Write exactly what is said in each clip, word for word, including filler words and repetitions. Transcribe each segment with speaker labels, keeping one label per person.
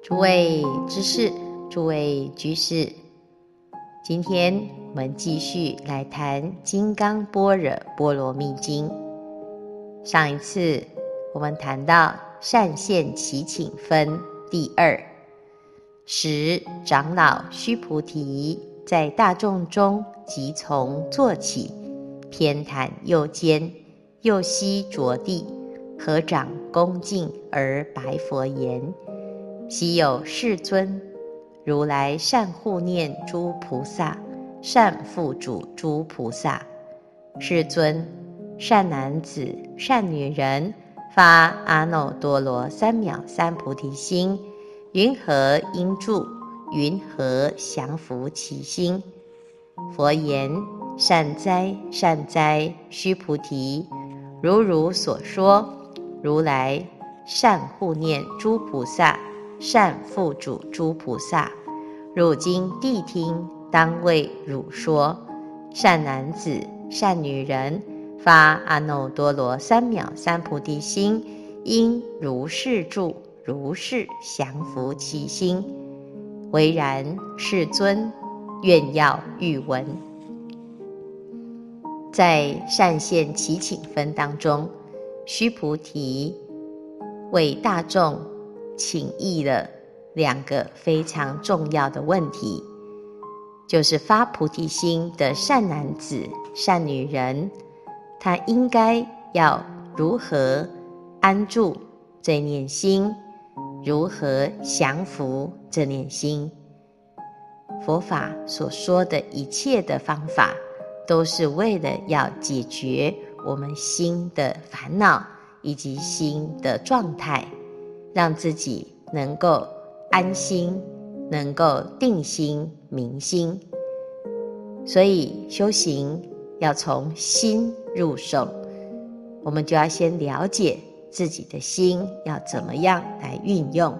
Speaker 1: 诸位知士，诸位居士，今天我们继续来谈《金刚般若波罗蜜经》。上一次我们谈到善现祈请分第二，时长老须菩提在大众中即从坐起，偏袒右肩，右膝着地，合掌恭敬而白佛言：昔有世尊，如来善护念诸菩萨，善付嘱诸菩萨。世尊，善男子善女人发阿耨多罗三藐三菩提心，云何应住？云何降伏其心？佛言：善哉善哉，须菩提，如汝所说，如来善护念诸菩萨，善付嘱诸菩萨。汝今谛听，当为汝说。善男子善女人发阿耨多罗三藐三菩提心，应如是住，如是降伏其心。唯然，世尊，愿要欲闻。在善现祈请分当中，须菩提为大众请益了两个非常重要的问题，就是发菩提心的善男子善女人，他应该要如何安住这念心，如何降伏这念心。佛法所说的一切的方法，都是为了要解决我们心的烦恼以及心的状态，让自己能够安心，能够定心明心。所以修行要从心入手，我们就要先了解自己的心要怎么样来运用。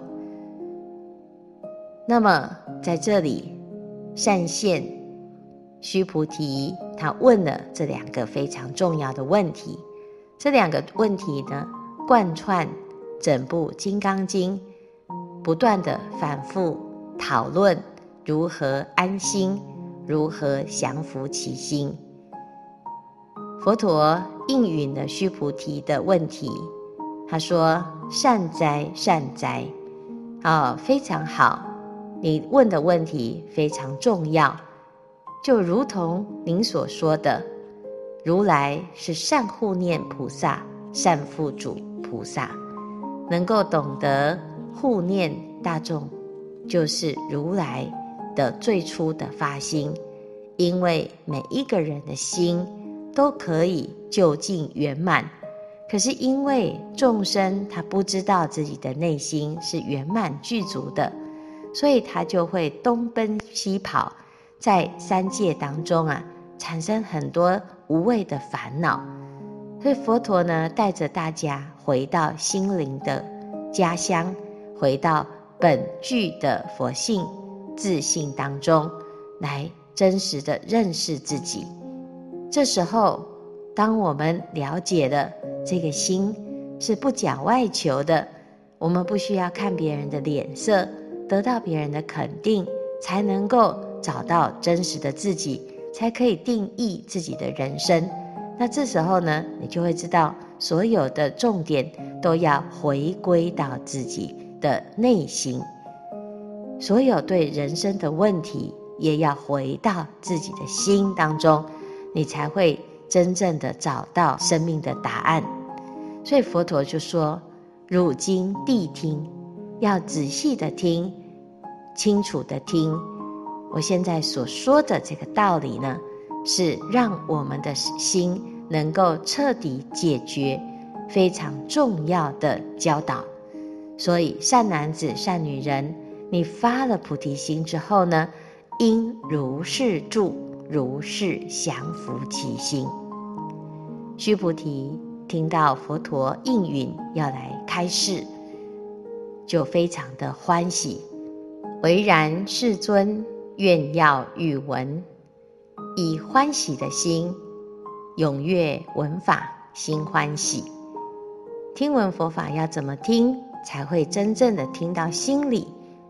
Speaker 1: 那么在这里，善现须菩提他问了这两个非常重要的问题，这两个问题呢，贯穿整部《金刚经》，不断的反复讨论如何安心，如何降伏其心。佛陀应允了须菩提的问题，他说：善哉善哉，哦，非常好，你问的问题非常重要，就如同您所说的，如来是善护念菩萨，善付嘱菩萨，能够懂得护念大众，就是如来的最初的发心。因为每一个人的心都可以究竟圆满，可是因为众生他不知道自己的内心是圆满具足的，所以他就会东奔西跑，在三界当中啊，产生很多无谓的烦恼。所以佛陀呢，带着大家回到心灵的家乡，回到本具的佛性自性当中，来真实的认识自己。这时候当我们了解了这个心是不假外求的，我们不需要看别人的脸色，得到别人的肯定，才能够找到真实的自己，才可以定义自己的人生。那这时候呢，你就会知道所有的重点都要回归到自己的内心，所有对人生的问题也要回到自己的心当中，你才会真正的找到生命的答案。所以佛陀就说：汝今谛听，要仔细的听，清楚的听。我现在所说的这个道理呢，是让我们的心能够彻底解决非常重要的教导。所以善男子善女人，你发了菩提心之后呢，应如是住，如是降伏其心。须菩提听到佛陀应允要来开示，就非常的欢喜。唯然，世尊，愿要欲闻。以欢喜的心踊跃闻法，心欢喜。听闻佛法要怎么听，才会真正的听到心里，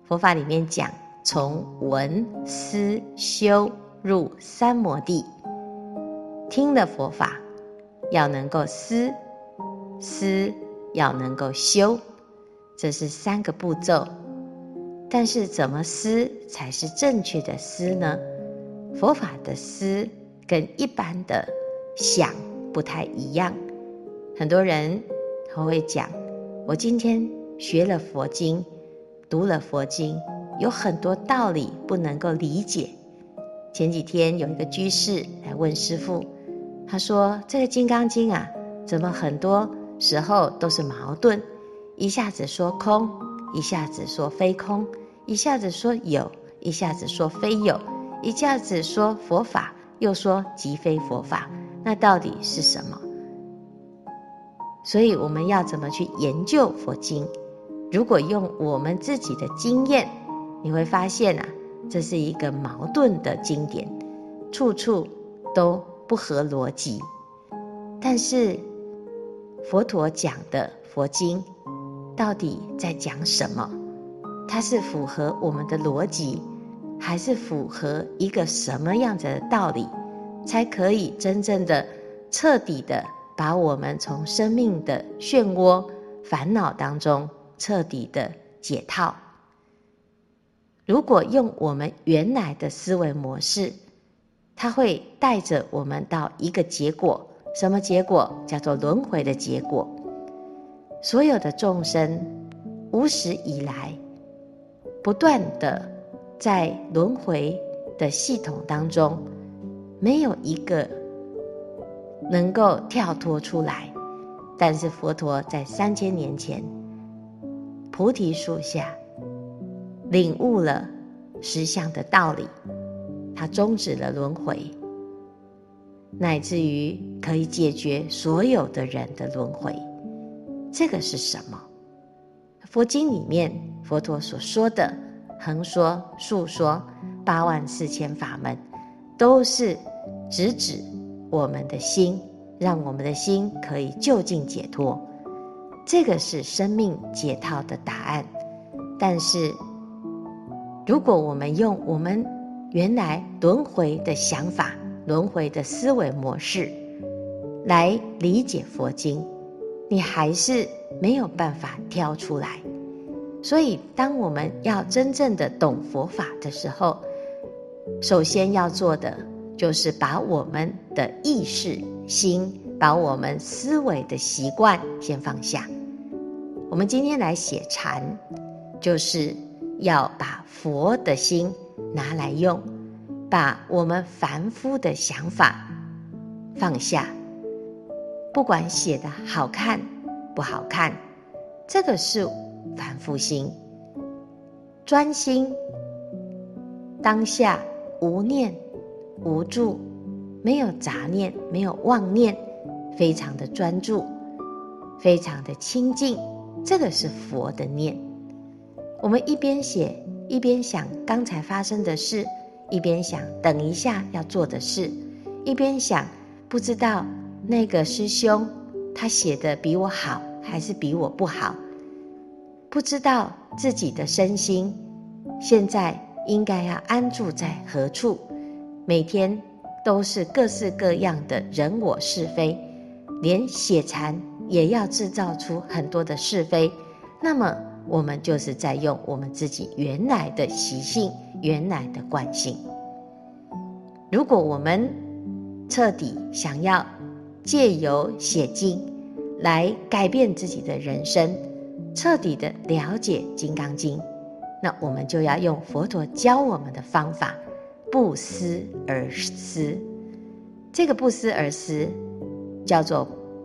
Speaker 1: 佛法里面讲，从闻思修入三摩地。听了佛法，要能够思，思要能够修，这是三个步骤。但是怎么思才是正确的思呢？佛法的思跟一般的想不太一样。很多人他会讲，我今天学了佛经，读了佛经，有很多道理不能够理解。前几天有一个居士来问师父，他说这个金刚经啊，怎么很多时候都是矛盾，一下子说空，一下子说非空，一下子说有，一下子说非有，一下子说佛法，又说即非佛法，那到底是什么？所以我们要怎么去研究佛经？如果用我们自己的经验，你会发现啊，这是一个矛盾的经典，处处都不合逻辑。但是佛陀讲的佛经到底在讲什么？它是符合我们的逻辑，还是符合一个什么样子的道理，才可以真正的彻底的把我们从生命的漩涡烦恼当中彻底的解套？如果用我们原来的思维模式，它会带着我们到一个结果。什么结果？叫做轮回的结果。所有的众生无始以来不断的在轮回的系统当中，没有一个能够跳脱出来。但是佛陀在三千年前菩提树下领悟了实相的道理，他终止了轮回，乃至于可以解决所有的人的轮回。这个是什么？佛经里面佛陀所说的横说竖说八万四千法门，都是直指我们的心，让我们的心可以就近解脱。这个是生命解套的答案。但是如果我们用我们原来轮回的想法，轮回的思维模式来理解佛经，你还是没有办法挑出来。所以当我们要真正的懂佛法的时候，首先要做的就是把我们的意识心，把我们思维的习惯先放下。我们今天来写禅，就是要把佛的心拿来用，把我们凡夫的想法放下。不管写得好看不好看，这个是凡夫心。专心当下，无念无住，没有杂念，没有妄念，非常的专注，非常的清净，这个是佛的念。我们一边写一边想刚才发生的事，一边想等一下要做的事，一边想不知道那个师兄他写的比我好还是比我不好，不知道自己的身心现在应该要安住在何处，每天都是各式各样的人我是非，连写禅也要制造出很多的是非。那么我们就是在用我们自己原来的习性，原来的惯性。如果我们彻底想要借由写经来改变自己的人生，彻底的了解金刚经，那我们就要用佛陀教我们的方法，不思而思。这个不思而思叫做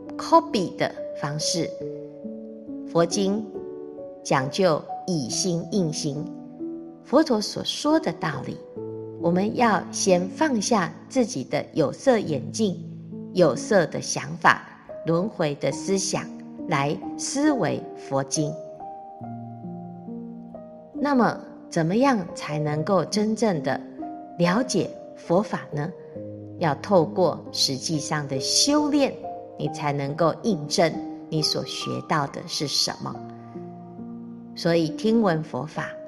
Speaker 1: copy 的方式。佛经讲究以心印心，佛陀所说的道理，我们要先放下自己的有色眼镜、有色的想法、轮回的思想，来思维佛经。那么怎么样才能够真正的了解佛法呢？要透过实际上的修炼，你才能够印证你所学到的是什么。所以听闻佛法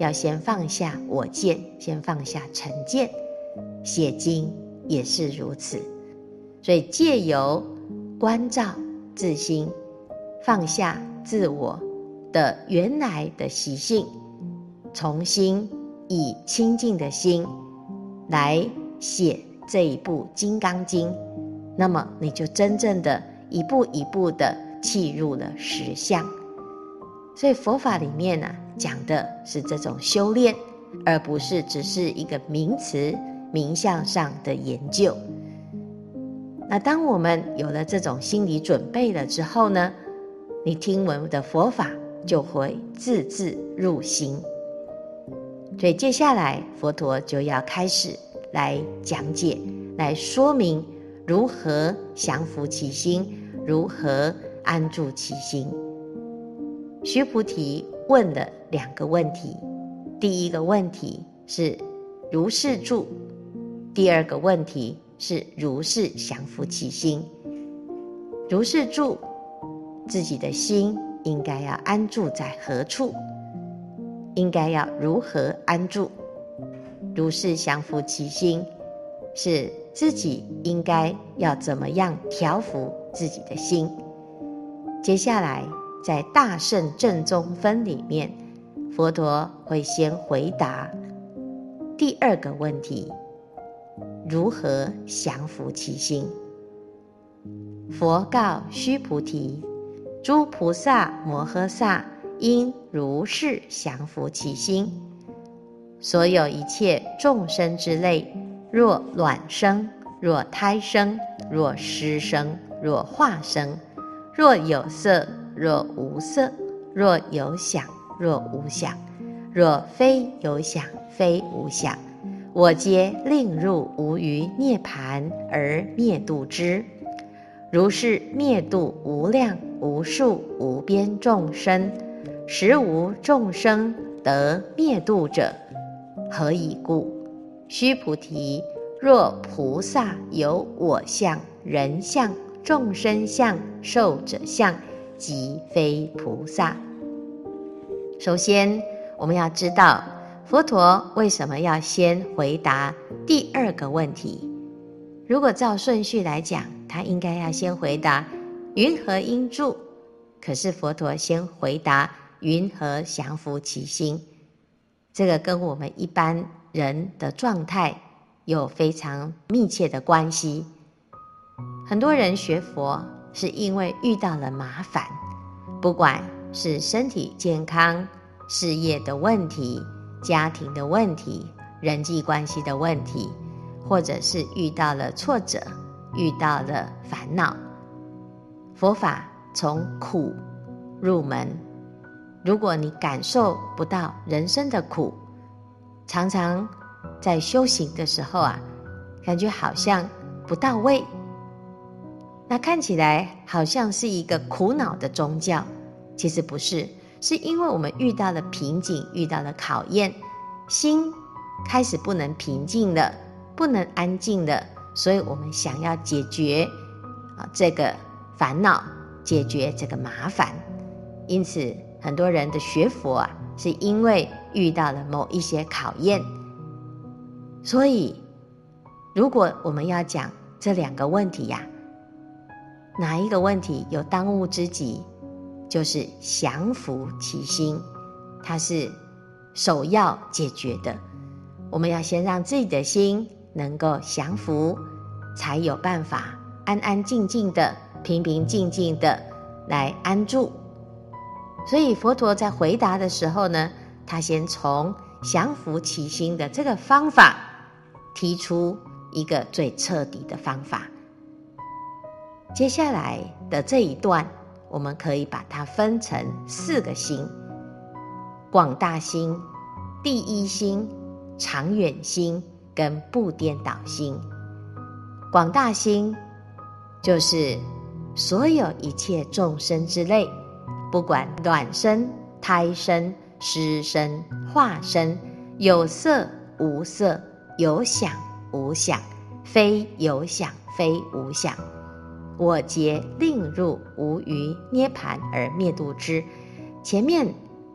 Speaker 1: 要先放下我见，先放下成见。写经也是如此，所以借由关照自心，放下自我的原来的习性，重新以清净的心来写这一部《金刚经》，那么你就真正的一步一步的契入了实相。所以佛法里面呢、啊，讲的是这种修炼，而不是只是一个名词名相上的研究。那当我们有了这种心理准备了之后呢，你听闻的佛法就会字字入心。所以接下来佛陀就要开始来讲解，来说明如何降伏其心，如何安住其心。须菩提问了两个问题，第一个问题是如是住，第二个问题是如是降伏其心。如是住，自己的心应该要安住在何处，应该要如何安住。如是降伏其心，是自己应该要怎么样调伏自己的心。接下来在大乘正宗分里面，佛陀会先回答第二个问题，如何降伏其心。佛告须菩提，诸菩萨摩诃萨应如是降伏其心。所有一切众生之类，若卵生，若胎生，若湿生，若化生，若有色，若无色，若有想，若无想，若非有想，非无想，我皆令入无余涅盘而灭度之。如是灭度无量无数无边众生，实无众生得灭度者。何以故？须菩提，若菩萨有我相、人相、众生相、寿者相，即非菩萨。首先我们要知道佛陀为什么要先回答第二个问题。如果照顺序来讲，他应该要先回答云何应住，可是佛陀先回答云何降伏其心。这个跟我们一般人的状态有非常密切的关系。很多人学佛是因为遇到了麻烦，不管是身体健康、事业的问题、家庭的问题、人际关系的问题，或者是遇到了挫折、遇到了烦恼。佛法从苦入门，如果你感受不到人生的苦，常常在修行的时候啊，感觉好像不到位，那看起来好像是一个苦恼的宗教，其实不是，是因为我们遇到了瓶颈，遇到了考验，心开始不能平静了，不能安静了，所以我们想要解决啊这个烦恼，解决这个麻烦。因此很多人的学佛啊，是因为遇到了某一些考验。所以如果我们要讲这两个问题呀、啊，哪一个问题有当务之急，就是降伏其心，它是首要解决的。我们要先让自己的心能够降服，才有办法安安静静的、平平静静的来安住。所以佛陀在回答的时候呢，他先从降伏其心的这个方法提出一个最彻底的方法。接下来的这一段，我们可以把它分成四个心：广大心、第一心、长远心跟不颠倒心。广大心就是所有一切众生之类，不管卵生、胎生、湿生、化生，有色无色，有想无想，非有想非无想，我皆令入无余涅盘而灭度之。前面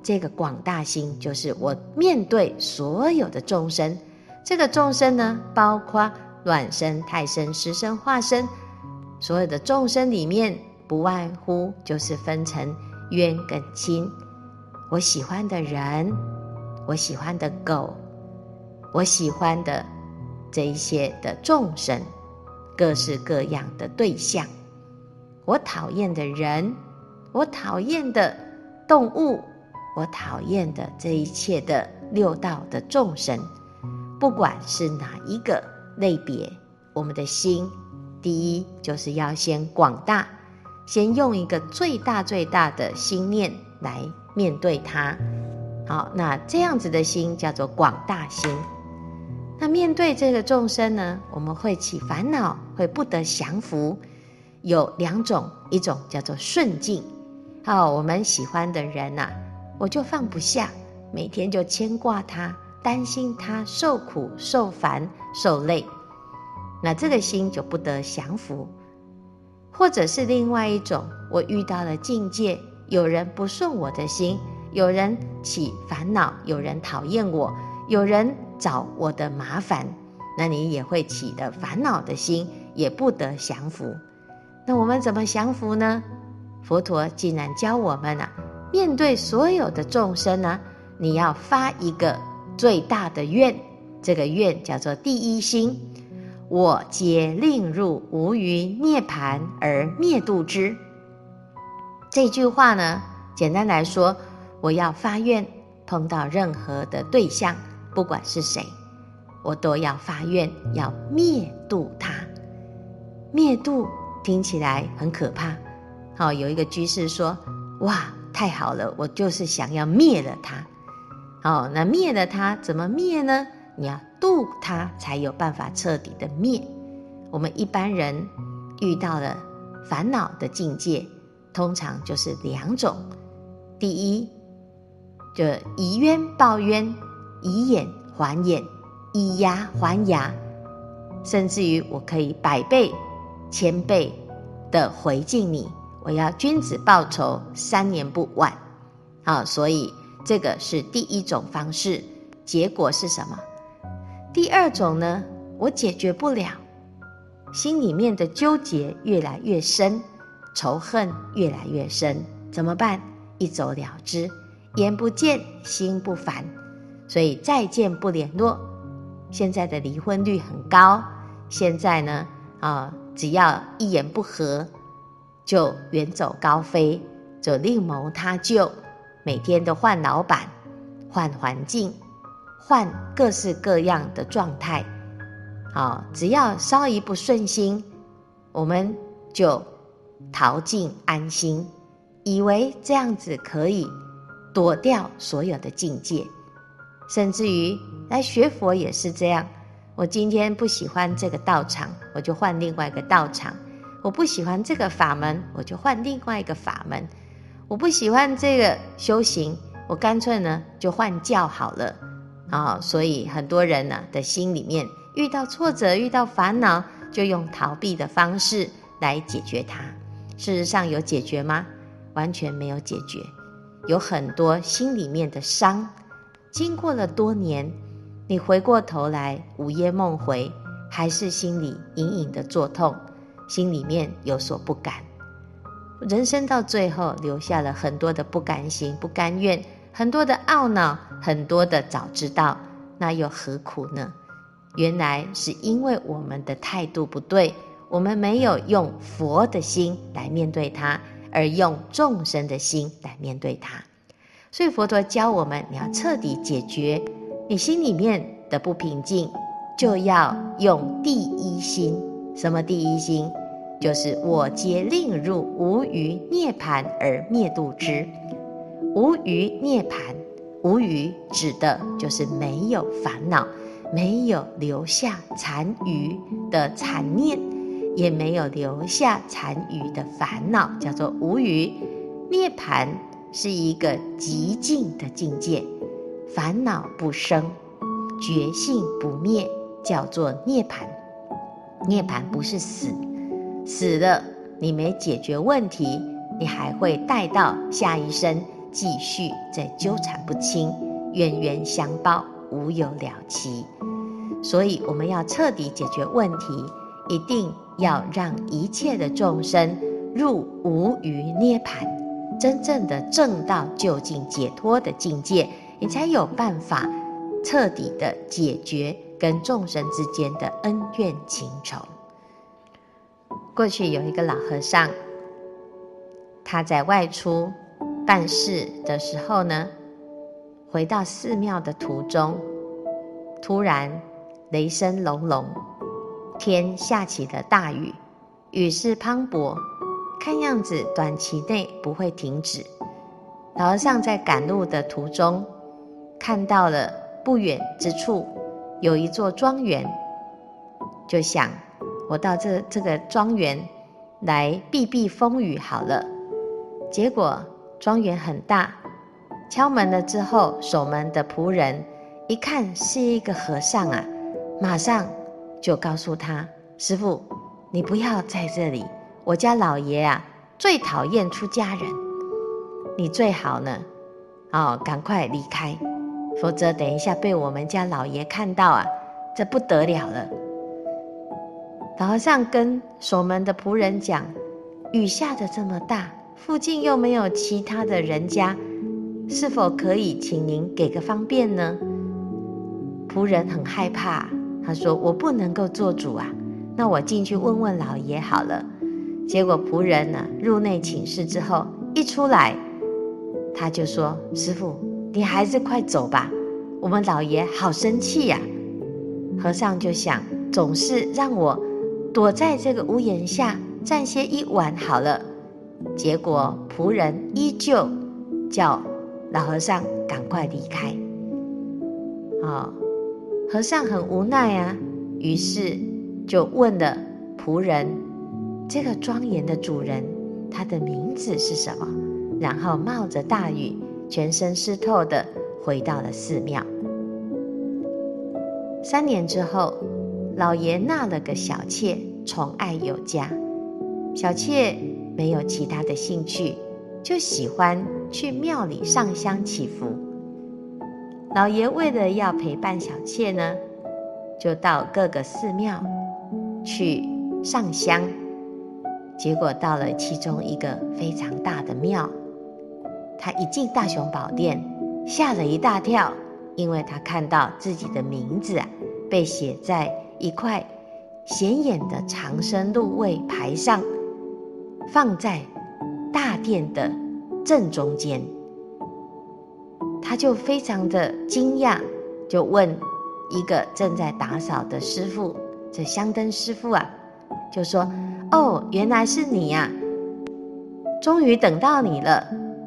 Speaker 1: 这个广大心就是我面对所有的众生，这个众生呢，包括卵生、胎生、湿生、化生，所有的众生里面，不外乎就是分成冤跟亲。我喜欢的人，我喜欢的狗，我喜欢的这一些的众生，各式各样的对象，我讨厌的人，我讨厌的动物，我讨厌的这一切的六道的众生，不管是哪一个类别，我们的心第一就是要先广大，先用一个最大最大的心念来面对它。好，那这样子的心叫做广大心。那面对这个众生呢，我们会起烦恼，会不得降伏，有两种，一种叫做顺境。好，我们喜欢的人啊，我就放不下，每天就牵挂他，担心他受苦受烦受累，那这个心就不得降伏。或者是另外一种，我遇到了境界，有人不顺我的心，有人起烦恼，有人讨厌我，有人找我的麻烦，那你也会起的烦恼的心，也不得降伏。那我们怎么降伏呢？佛陀竟然教我们啊，面对所有的众生呢、啊，你要发一个最大的愿，这个愿叫做第一心，我皆令入无余涅盘而灭度之。这句话呢，简单来说，我要发愿，碰到任何的对象，不管是谁，我都要发愿要灭度他。灭度听起来很可怕。好，有一个居士说，哇，太好了，我就是想要灭了他。好，那灭了他怎么灭呢？你要度他才有办法彻底的灭。我们一般人遇到了烦恼的境界，通常就是两种。第一，就以冤报冤，以眼还眼，以牙还牙，甚至于我可以百倍千倍的回敬你，我要君子报仇，三年不晚。好，所以这个是第一种方式。结果是什么？第二种呢，我解决不了，心里面的纠结越来越深，仇恨越来越深，怎么办？一走了之，眼不见心不烦，所以再见不联络。现在的离婚率很高，现在呢啊，只要一言不合就远走高飞，就另谋他就，每天都换老板，换环境，换各式各样的状态。好，只要稍一不顺心，我们就逃进安心，以为这样子可以躲掉所有的境界。甚至于来学佛也是这样，我今天不喜欢这个道场，我就换另外一个道场；我不喜欢这个法门，我就换另外一个法门；我不喜欢这个修行，我干脆呢就换教好了。啊、哦，所以很多人呢、啊、的心里面遇到挫折、遇到烦恼，就用逃避的方式来解决它。事实上有解决吗？完全没有解决。有很多心里面的伤，经过了多年，你回过头来午夜梦回，还是心里隐隐的作痛，心里面有所不甘。人生到最后留下了很多的不甘心、不甘愿，很多的懊恼，很多的早知道，那又何苦呢？原来是因为我们的态度不对，我们没有用佛的心来面对它，而用众生的心来面对它。所以佛陀教我们，你要彻底解决你心里面的不平静，就要用第一心。什么第一心？就是我皆令入无余涅盘而灭度之。无余涅盘，无余指的就是没有烦恼，没有留下残余的残念，也没有留下残余的烦恼，叫做无余。涅盘是一个极静的境界，烦恼不生，觉性不灭，叫做涅盘。涅盘不是死，死了你没解决问题，你还会带到下一生继续再纠缠不清，冤冤相报，无有了期。所以我们要彻底解决问题，一定要让一切的众生入无余涅槃，真正的证到究竟解脱的境界，你才有办法彻底的解决跟众生之间的恩怨情仇。过去有一个老和尚，他在外出办事的时候呢，回到寺庙的途中，突然雷声隆隆，天下起了大雨，雨势磅礴，看样子短期内不会停止。老和尚在赶路的途中，看到了不远之处有一座庄园，就想我到这这个庄园来避避风雨好了。结果庄园很大，敲门了之后，守门的仆人一看是一个和尚啊，马上就告诉他，师父，你不要在这里，我家老爷啊最讨厌出家人，你最好呢哦赶快离开，否则等一下被我们家老爷看到啊，这不得了了。老和尚跟守门的仆人讲，雨下得这么大，附近又没有其他的人家，是否可以请您给个方便呢？仆人很害怕，他说我不能够做主啊，那我进去问问老爷好了。结果仆人呢入内请示之后，一出来他就说，师父，你还是快走吧，我们老爷好生气呀、啊。和尚就想，总是让我躲在这个屋檐下暂歇一晚好了。结果仆人依旧叫老和尚赶快离开。哦，和尚很无奈啊，于是就问了仆人，这个庄严的主人他的名字是什么？然后冒着大雨，全身湿透的回到了寺庙。三年之后，老爷纳了个小妾，宠爱有加。小妾没有其他的兴趣，就喜欢去庙里上香祈福。老爷为了要陪伴小妾呢，就到各个寺庙去上香。结果到了其中一个非常大的庙，他一进大雄宝殿，吓了一大跳，因为他看到自己的名字啊，被写在一块显眼的长生禄位牌上，放在大殿的正中间。他就非常的惊讶，就问一个正在打扫的师傅，这香灯师傅啊，就说，哦，原来是你呀、啊，终于等到你了。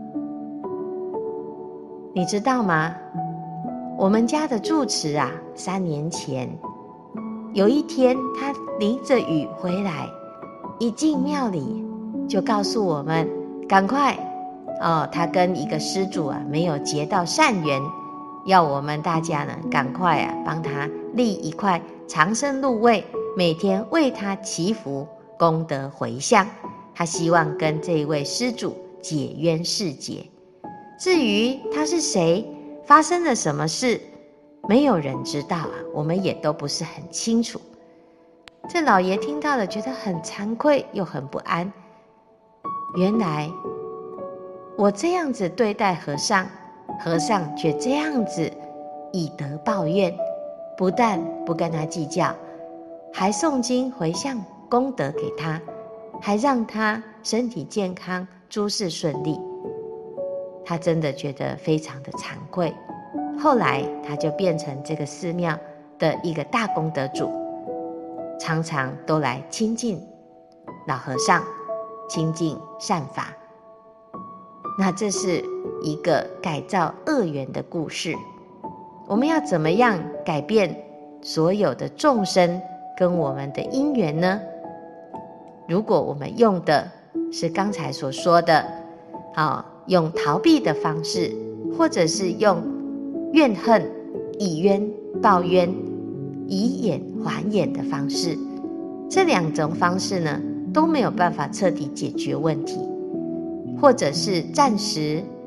Speaker 1: 你知道吗？我们家的住持啊，三年前有一天他淋着雨回来，一进庙里就告诉我们，赶快哦，他跟一个施主啊没有结到善缘，要我们大家呢赶快啊帮他立一块长生禄位，每天为他祈福，功德回向。他希望跟这位施主解冤释结。至于他是谁，发生了什么事，没有人知道啊，我们也都不是很清楚。这老爷听到了，觉得很惭愧又很不安。原来我这样子对待和尚，和尚却这样子以德报怨，不但不跟他计较，还诵经回向功德给他，还让他身体健康，诸事顺利。他真的觉得非常的惭愧。后来他就变成这个寺庙的一个大功德主，常常都来亲近老和尚，亲近善法。那这是一个改造恶缘的故事。我们要怎么样改变所有的众生跟我们的因缘呢？如果我们用的是刚才所说的，好，用逃避的方式，或者是用怨恨、以冤报冤、以眼还眼的方式，这两种方式呢都没有办法彻底解决问题，或者是暂时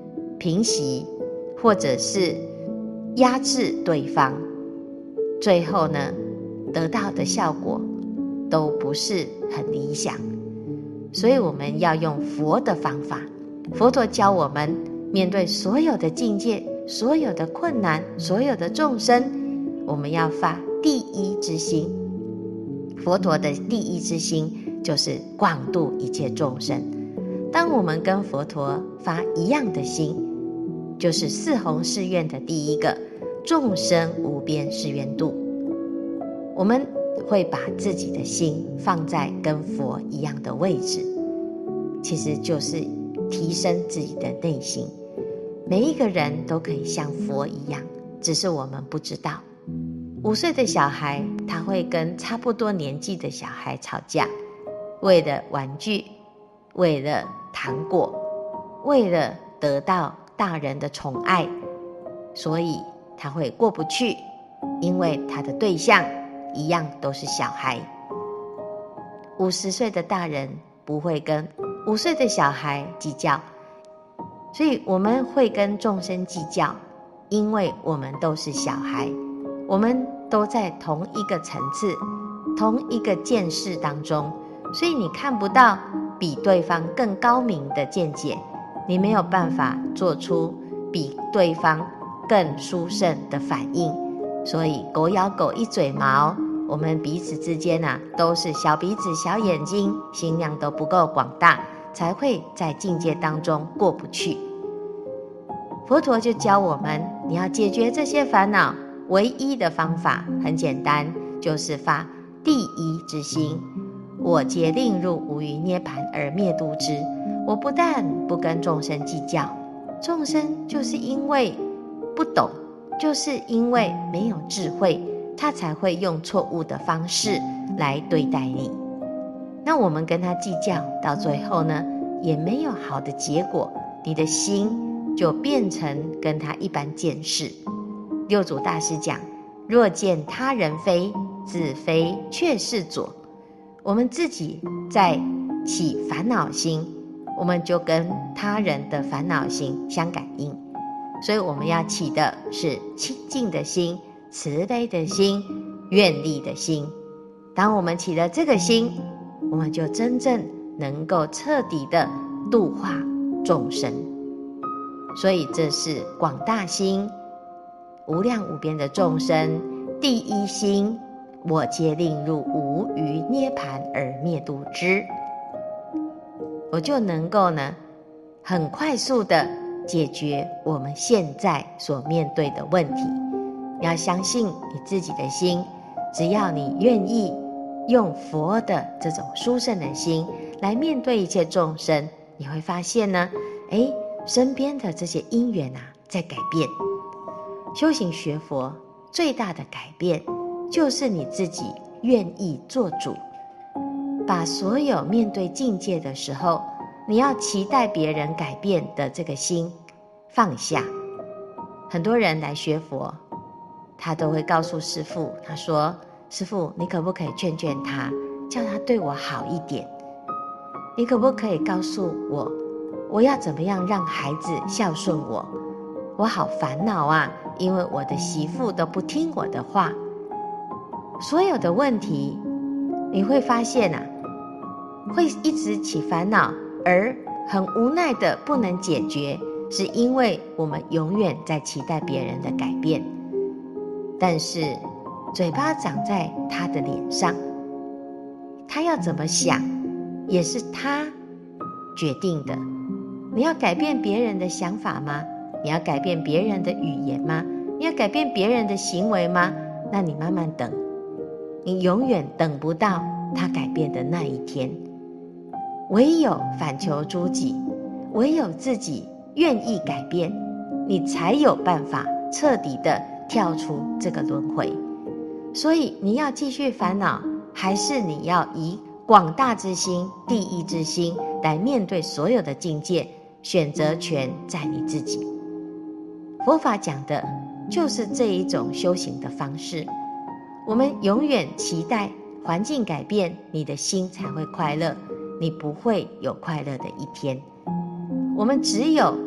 Speaker 1: 平息，或者是压制对方，最后呢，得到的效果都不是很理想。所以我们要用佛的方法，佛陀教我们面对所有的境界，所有的困难，所有的众生，我们要发第一之心。佛陀的第一之心就是广度一切众生。当我们跟佛陀发一样的心，就是四弘誓愿的第一个众生无边誓愿度。我们会把自己的心放在跟佛一样的位置，其实就是提升自己的内心。每一个人都可以像佛一样，只是我们不知道。五岁的小孩他会跟差不多年纪的小孩吵架，为了玩具，为了糖果，为了得到大人的宠爱，所以他会过不去，因为他的对象一样都是小孩。五十岁的大人不会跟五岁的小孩计较，所以我们会跟众生计较，因为我们都是小孩，我们都在同一个层次，同一个见识当中，所以你看不到比对方更高明的见解，你没有办法做出比对方更殊胜的反应。所以狗咬狗一嘴毛，我们彼此之间啊，都是小鼻子小眼睛，心量都不够广大，才会在境界当中过不去。佛陀就教我们，你要解决这些烦恼，唯一的方法很简单，就是发第一之心，我皆令入无余涅槃而灭度之。我不但不跟众生计较，众生就是因为不懂，就是因为没有智慧，他才会用错误的方式来对待你。那我们跟他计较，到最后呢，也没有好的结果，你的心就变成跟他一般见识。六祖大师讲，若见他人非，自非却是左。我们自己在起烦恼心，我们就跟他人的烦恼心相感应。所以我们要起的是清净的心，慈悲的心，愿力的心。当我们起了这个心，我们就真正能够彻底的度化众生。所以这是广大心，无量无边的众生，第一心，我皆令入无余涅槃而灭度之。我就能够呢，很快速的解决我们现在所面对的问题。要相信你自己的心，只要你愿意用佛的这种殊胜的心来面对一切众生，你会发现呢，诶，身边的这些因缘啊，在改变。修行学佛最大的改变，就是你自己愿意做主，把所有面对境界的时候，你要期待别人改变的这个心放下。很多人来学佛，他都会告诉师父，他说，师父，你可不可以劝劝他，叫他对我好一点？你可不可以告诉我，我要怎么样让孩子孝顺我？我好烦恼啊，因为我的媳妇都不听我的话。所有的问题你会发现啊，会一直起烦恼，而很无奈的不能解决，是因为我们永远在期待别人的改变。但是嘴巴长在他的脸上，他要怎么想也是他决定的。你要改变别人的想法吗？你要改变别人的语言吗？你要改变别人的行为吗？那你慢慢等，你永远等不到他改变的那一天。唯有反求诸己，唯有自己愿意改变，你才有办法彻底的跳出这个轮回。所以你要继续烦恼，还是你要以广大之心、第一之心来面对所有的境界？选择权在你自己。佛法讲的就是这一种修行的方式。我们永远期待环境改变，你的心才会快乐，你不会有快乐的一天。我们只有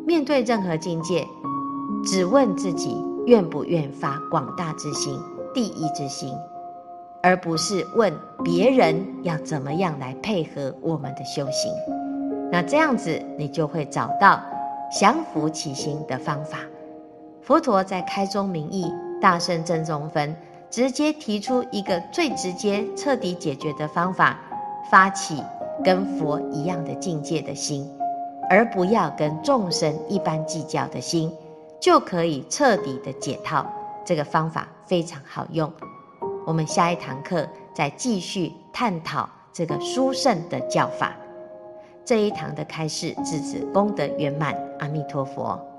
Speaker 1: 面对任何境界，只问自己愿不愿发广大之心、第一之心，而不是问别人要怎么样来配合我们的修行。那这样子你就会找到降伏其心的方法。佛陀在开宗明义大乘正宗分直接提出一个最直接彻底解决的方法，发起跟佛一样的境界的心，而不要跟众生一般计较的心，就可以彻底的解套。这个方法非常好用。我们下一堂课再继续探讨这个殊胜的教法。这一堂的开示至此功德圆满，阿弥陀佛。